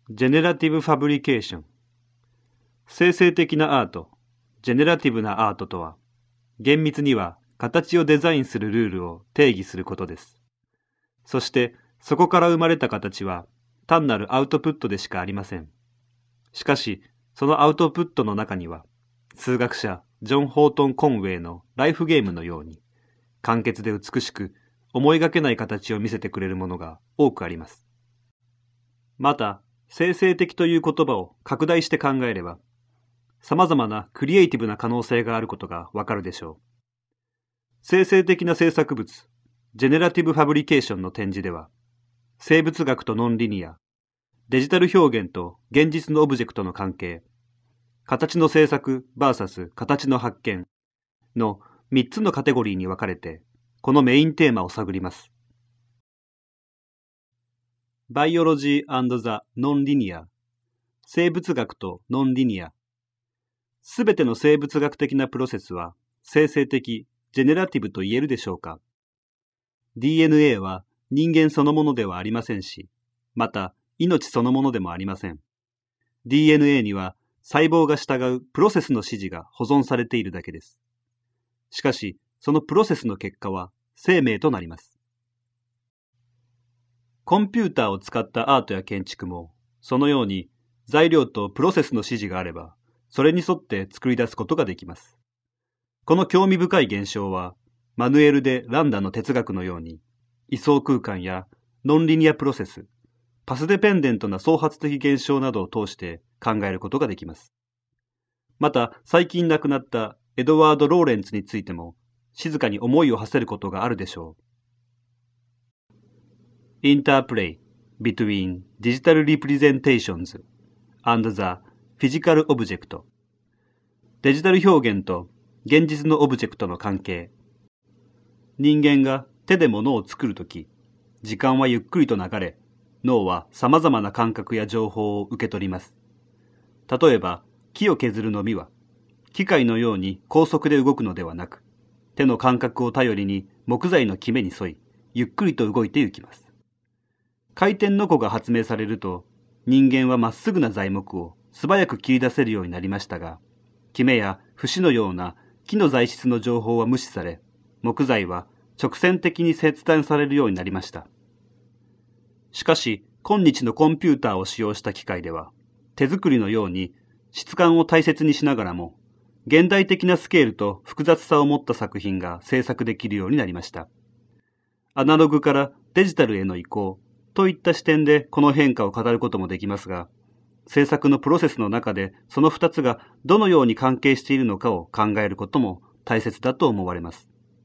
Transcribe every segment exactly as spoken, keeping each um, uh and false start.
ジェネラティブファブリケーション。生成的なアート、ジェネラティブなアートとは、厳密には形をデザインするルールを定義することです。そして、そこから生まれた形は、単なるアウトプットでしかありません。しかし、そのアウトプットの中には、数学者ジョン・ホートン・コンウェイのライフゲームのように、簡潔で美しく、思いがけない形を見せてくれるものが多くあります。また、生成的という言葉を拡大して考えれば、様々なクリエイティブな可能性があることがわかるでしょう。生成的な制作物、ジェネラティブファブリケーションの展示では、生物学とノンリニア、デジタル表現と現実のオブジェクトの関係、形の制作 ブイエス 形の発見のみっつのカテゴリーに分かれて、このメインテーマを探ります。Biology and the Non-Linear 生物学とノンリニア。すべての生物学的なプロセスは生成的、ジェネラティブと言えるでしょうか。 ディーエヌエー は人間そのものではありませんし、また命そのものでもありません。ディーエヌエー には細胞が従うプロセスの指示が保存されているだけです。しかし、そのプロセスの結果は生命となります。コンピューターを使ったアートや建築も、そのように材料とプロセスの指示があれば、それに沿って作り出すことができます。この興味深い現象は、マヌエル・デ・ランダの哲学のように、位相空間やノンリニアプロセス、パスデペンデントな創発的現象などを通して考えることができます。また、最近亡くなったエドワード・ローレンツについても、静かに思いを馳せることがあるでしょう。Interplay between digital representations and the physical object。 デジタル表現と現実のオブジェクトの関係。人間が手で物を作るとき、時間はゆっくりと流れ、脳は様々な感覚や情報を受け取ります。例えば、木を削るのみは、機械のように高速で動くのではなく、手の感覚を頼りに木材のキメに沿い、ゆっくりと動いていきます。回転の弧が発明されると、人間はまっすぐな材木を素早く切り出せるようになりましたが、キメや節のような木の材質の情報は無視され、木材は直線的に切断されるようになりました。しかし、今日のコンピューターを使用した機械では、手作りのように質感を大切にしながらも、現代的なスケールと複雑さを持った作品が制作できるようになりました。アナログからデジタルへの移行といった視点でこの変化を語ることもできますが、制作のプロセスの中でその二つがどのように関係しているのかを考えることも大切だと思われます。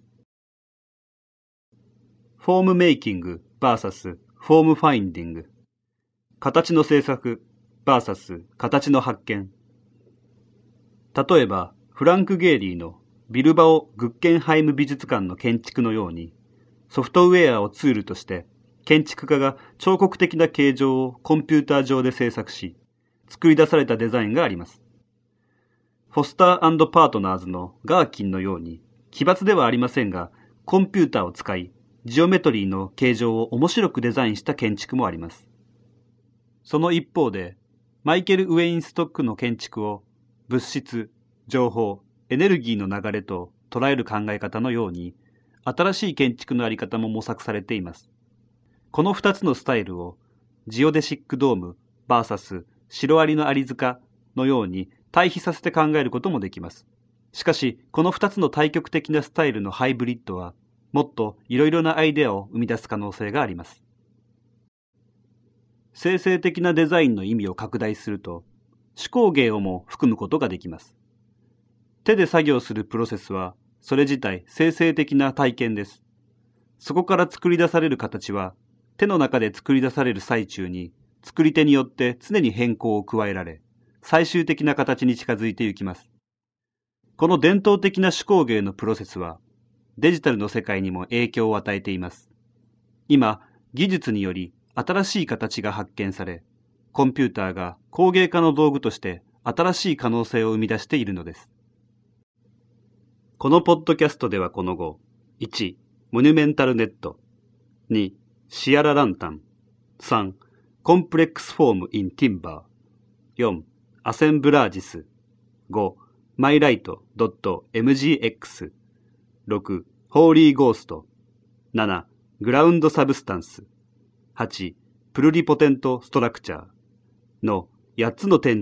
フォームメイキング ブイエス フォームファインディング。形の制作 ブイエス 形の発見。例えば、フランク・ゲーリーのビルバオ・グッケンハイム美術館の建築のように、ソフトウェアをツールとして建築家が彫刻的な形状をコンピューター上で制作し、作り出されたデザインがあります。フォスター&パートナーズのガーキンのように、奇抜ではありませんが、コンピューターを使い、ジオメトリーの形状を面白くデザインした建築もあります。その一方で、マイケル・ウェインストックの建築を物質、情報、エネルギーの流れと捉える考え方のように、新しい建築のあり方も模索されています。この二つのスタイルをジオデシックドーム ブイエス シロアリのアリ塚のように対比させて考えることもできます。しかし、この二つの対極的なスタイルのハイブリッドは、もっといろいろなアイデアを生み出す可能性があります。生成的なデザインの意味を拡大すると、手工芸をも含むことができます。手で作業するプロセスは、それ自体生成的な体験です。そこから作り出される形は、手の中で作り出される最中に、作り手によって常に変更を加えられ、最終的な形に近づいていきます。この伝統的な手工芸のプロセスは、デジタルの世界にも影響を与えています。今、技術により新しい形が発見され、コンピューターが工芸化の道具として新しい可能性を生み出しているのです。このポッドキャストではこの後、いち、モニュメンタルネット、に、シアラランタン、さん、 コンプレックスフォームインティンバー。よん、アセンブラージス。ご、マイライト エムジーエックス。ろく、ホーリーゴースト。なな、グラウンドサブスタンス。はち、プルリポテントストラクチャーのやっつの点